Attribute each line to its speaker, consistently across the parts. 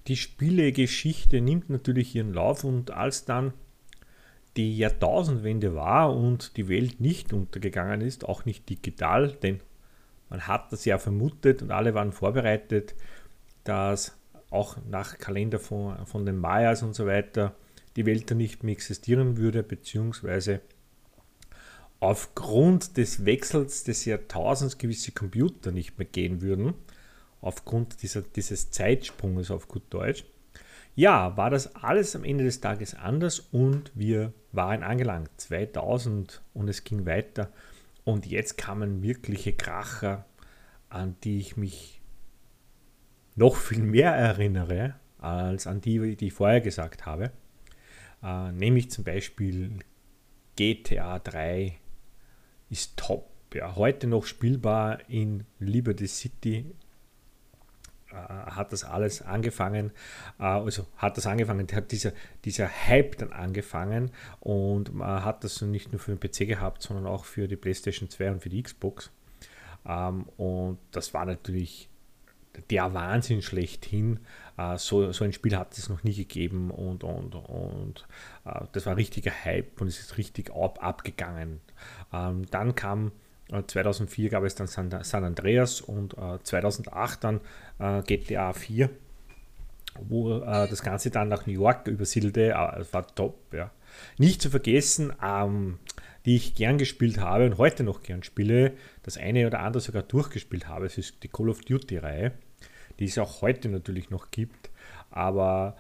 Speaker 1: Die Spielegeschichte nimmt natürlich ihren Lauf, und als dann die Jahrtausendwende war und die Welt nicht untergegangen ist, auch nicht digital, denn man hat das ja vermutet und alle waren vorbereitet, dass auch nach Kalender von den Mayas und so weiter die Welt dann nicht mehr existieren würde, beziehungsweise aufgrund des Wechsels des Jahrtausends gewisse Computer nicht mehr gehen würden, aufgrund dieses Zeitsprunges auf gut Deutsch. Ja, war das alles am Ende des Tages anders und wir waren angelangt, 2000, und es ging weiter. Und jetzt kamen wirkliche Kracher, an die ich mich noch viel mehr erinnere, als an die ich vorher gesagt habe. Nämlich zum Beispiel GTA 3 ist top. Ja, heute noch spielbar in Liberty City. Hat das alles angefangen, hat dieser Hype dann angefangen, und man hat das nicht nur für den PC gehabt, sondern auch für die PlayStation 2 und für die Xbox. Und das war natürlich der Wahnsinn schlechthin. So ein Spiel hat es noch nie gegeben, und das war ein richtiger Hype und es ist richtig abgegangen. Dann kam 2004 gab es dann San Andreas, und 2008 dann GTA 4, wo das Ganze dann nach New York übersiedelte. Es war top, ja. Nicht zu vergessen, die ich gern gespielt habe und heute noch gern spiele, das eine oder andere sogar durchgespielt habe, es ist die Call of Duty-Reihe, die es auch heute natürlich noch gibt, aber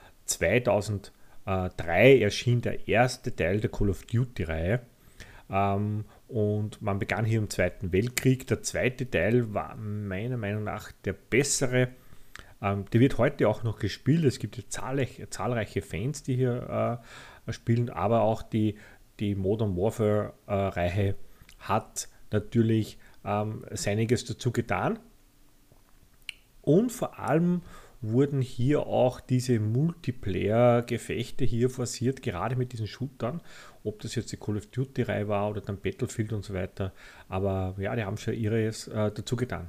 Speaker 1: 2003 erschien der erste Teil der Call of Duty-Reihe, und man begann hier im Zweiten Weltkrieg. Der zweite Teil war meiner Meinung nach der bessere. Der wird heute auch noch gespielt. Es gibt zahlreiche Fans, die hier spielen, aber auch die Modern Warfare-Reihe hat natürlich seiniges dazu getan. Und vor allem wurden hier auch diese Multiplayer-Gefechte hier forciert, gerade mit diesen Shootern, ob das jetzt die Call of Duty-Reihe war oder dann Battlefield und so weiter. Aber ja, die haben schon ihres dazu getan.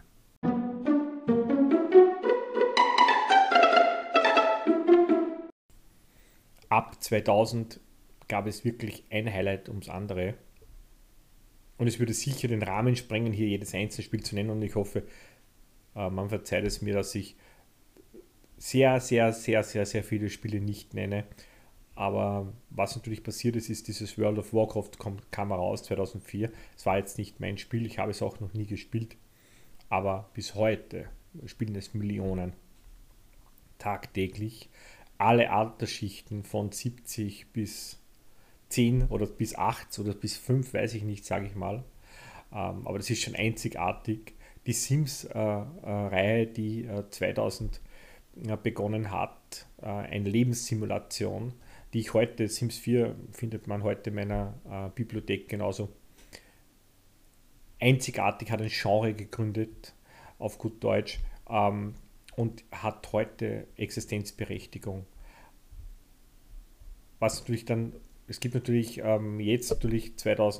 Speaker 1: Ab 2000 gab es wirklich ein Highlight ums andere. Und es würde sicher den Rahmen sprengen, hier jedes einzelne Spiel zu nennen. Und ich hoffe, man verzeiht es mir, dass ich sehr, sehr, sehr, sehr, sehr viele Spiele nicht nenne. Aber was natürlich passiert ist, ist dieses World of Warcraft kam raus 2004. Es war jetzt nicht mein Spiel, ich habe es auch noch nie gespielt. Aber bis heute spielen es Millionen tagtäglich. Alle Altersschichten von 70 bis 10 oder bis 8 oder bis 5, weiß ich nicht, sage ich mal. Aber das ist schon einzigartig. Die Sims-Reihe, die 2000 begonnen hat, eine Lebenssimulation, die ich heute, Sims 4 findet man heute in meiner Bibliothek genauso. Einzigartig, hat ein Genre gegründet, auf gut Deutsch, und hat heute Existenzberechtigung. Was natürlich dann, es gibt natürlich jetzt natürlich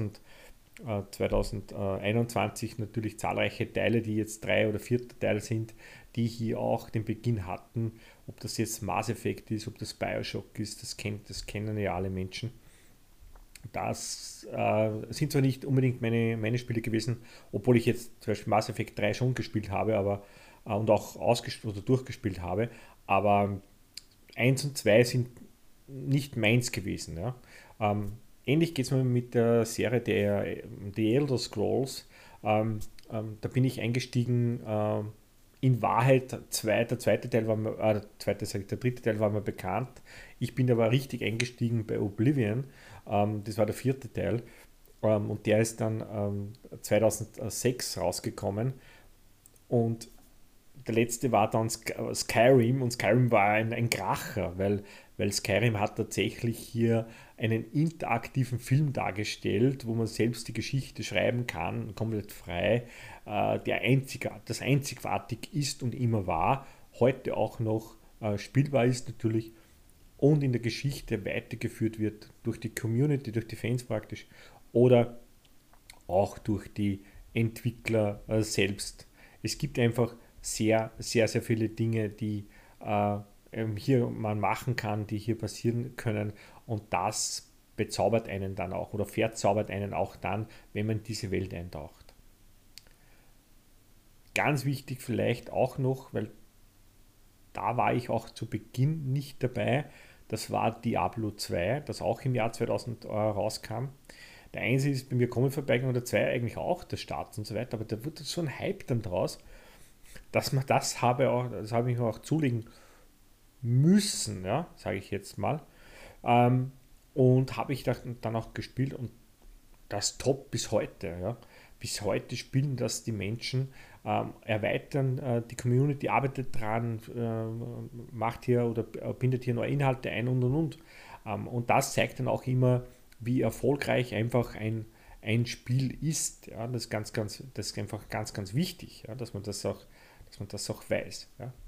Speaker 1: 2021 natürlich zahlreiche Teile, die jetzt 3 oder 4 Teil sind, die hier auch den Beginn hatten. Ob das jetzt Mass Effect ist, ob das Bioshock ist, das kennen ja alle Menschen. Das sind zwar nicht unbedingt meine Spiele gewesen, obwohl ich jetzt zum Beispiel Mass Effect 3 schon gespielt habe, und auch oder durchgespielt habe, aber eins und 2 sind nicht meins gewesen. Ja. Ähnlich geht es mir mit der Serie The Elder Scrolls. Da bin ich eingestiegen. In Wahrheit, der zweite Teil war mir, der dritte Teil war mir bekannt. Ich bin aber richtig eingestiegen bei Oblivion. Das war der vierte Teil. Und der ist dann 2006 rausgekommen. Und der letzte war dann Skyrim, und Skyrim war ein Kracher, weil Skyrim hat tatsächlich hier einen interaktiven Film dargestellt, wo man selbst die Geschichte schreiben kann, komplett frei, das einzigartig ist und immer war, heute auch noch spielbar ist natürlich und in der Geschichte weitergeführt wird durch die Community, durch die Fans praktisch oder auch durch die Entwickler selbst. Es gibt einfach sehr, sehr, sehr viele Dinge, die hier man machen kann, die hier passieren können, und das bezaubert einen dann auch oder verzaubert einen auch dann, wenn man in diese Welt eintaucht. Ganz wichtig vielleicht auch noch, weil da war ich auch zu Beginn nicht dabei, das war Diablo 2, das auch im Jahr 2000 rauskam. Der 1 ist bei mir kommen vorbeigegangen und der 2 eigentlich auch, der Start und so weiter, aber da wurde so ein Hype dann draus, dass man das habe ich mir auch zulegen müssen, ja, sage ich jetzt mal. Ähm, und habe ich dann auch gespielt und das top bis heute. Ja. Bis heute spielen das die Menschen, erweitern die Community, arbeitet dran, macht hier oder bindet hier neue Inhalte ein und. Und das zeigt dann auch immer, wie erfolgreich einfach ein Spiel ist. Ja. Das ist einfach ganz, ganz wichtig, ja, dass man das auch weiß. Ja.